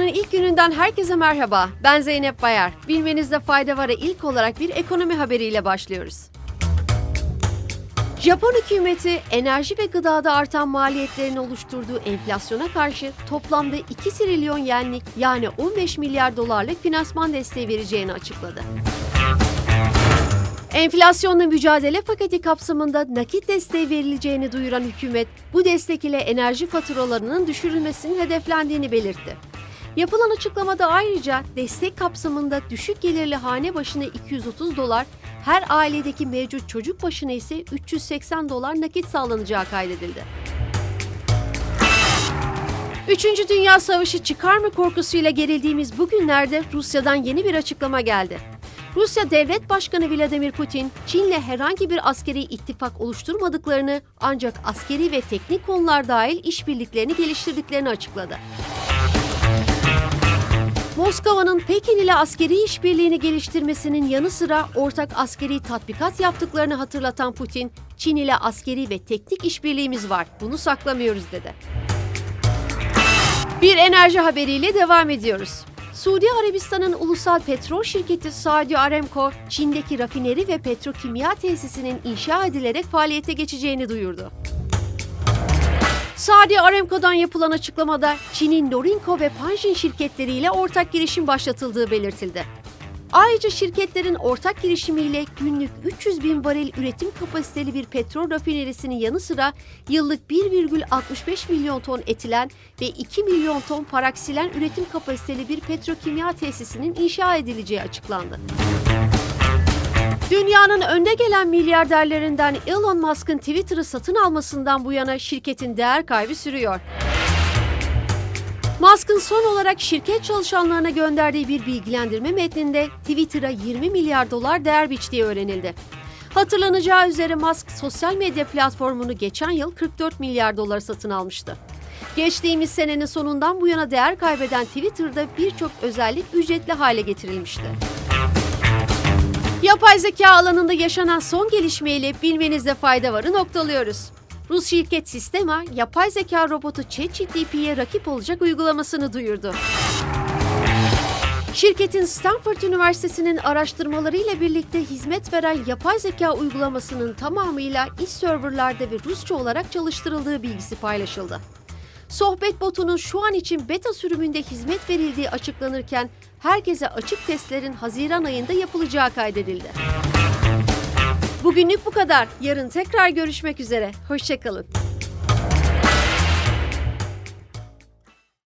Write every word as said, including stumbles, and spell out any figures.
ilk gününden herkese merhaba. Ben Zeynep Bayar. Bilmenizde fayda var'a ilk olarak bir ekonomi haberiyle başlıyoruz. Japon hükümeti enerji ve gıdada artan maliyetlerin oluşturduğu enflasyona karşı toplamda iki trilyon yenlik yani on beş milyar dolarlık finansman desteği vereceğini açıkladı. Enflasyonla mücadele paketi kapsamında nakit desteği verileceğini duyuran hükümet, bu destek ile enerji faturalarının düşürülmesinin hedeflendiğini belirtti. Yapılan açıklamada ayrıca destek kapsamında düşük gelirli hane başına iki yüz otuz dolar, her ailedeki mevcut çocuk başına ise üç yüz seksen dolar nakit sağlanacağı kaydedildi. Üçüncü Dünya Savaşı çıkar mı korkusuyla gerildiğimiz bu günlerde Rusya'dan yeni bir açıklama geldi. Rusya Devlet Başkanı Vladimir Putin, Çin'le herhangi bir askeri ittifak oluşturmadıklarını ancak askeri ve teknik konular dahil işbirliklerini geliştirdiklerini açıkladı. Moskova'nın Pekin ile askeri işbirliğini geliştirmesinin yanı sıra ortak askeri tatbikat yaptıklarını hatırlatan Putin, Çin ile askeri ve teknik işbirliğimiz var, bunu saklamıyoruz dedi. Bir enerji haberiyle devam ediyoruz. Suudi Arabistan'ın ulusal petrol şirketi Saudi Aramco, Çin'deki rafineri ve petrokimya tesisinin inşa edilerek faaliyete geçeceğini duyurdu. Saudi Aramco'dan yapılan açıklamada Çin'in Norinco ve Panjin şirketleriyle ortak girişim başlatıldığı belirtildi. Ayrıca şirketlerin ortak girişimiyle günlük üç yüz bin varil üretim kapasiteli bir petrol rafinerisinin yanı sıra yıllık bir virgül altmış beş milyon ton etilen ve iki milyon ton paraksilen üretim kapasiteli bir petrokimya tesisinin inşa edileceği açıklandı. Dünyanın önde gelen milyarderlerinden Elon Musk'ın Twitter'ı satın almasından bu yana şirketin değer kaybı sürüyor. Musk'ın son olarak şirket çalışanlarına gönderdiği bir bilgilendirme metninde Twitter'a yirmi milyar dolar değer biçtiği öğrenildi. Hatırlanacağı üzere Musk sosyal medya platformunu geçen yıl kırk dört milyar dolara satın almıştı. Geçtiğimiz senenin sonundan bu yana değer kaybeden Twitter'da birçok özellik ücretli hale getirilmişti. Yapay zeka alanında yaşanan son gelişmeyle bilmenizde fayda var'ı noktalıyoruz. Rus şirket Sistema, yapay zeka robotu ChatGPT'ye rakip olacak uygulamasını duyurdu. Şirketin Stanford Üniversitesi'nin araştırmalarıyla birlikte hizmet veren yapay zeka uygulamasının tamamıyla iç serverlarda ve Rusça olarak çalıştırıldığı bilgisi paylaşıldı. Sohbet botunun şu an için beta sürümünde hizmet verildiği açıklanırken herkese açık testlerin Haziran ayında yapılacağı kaydedildi. Bugünlük bu kadar. Yarın tekrar görüşmek üzere. Hoşça kalın.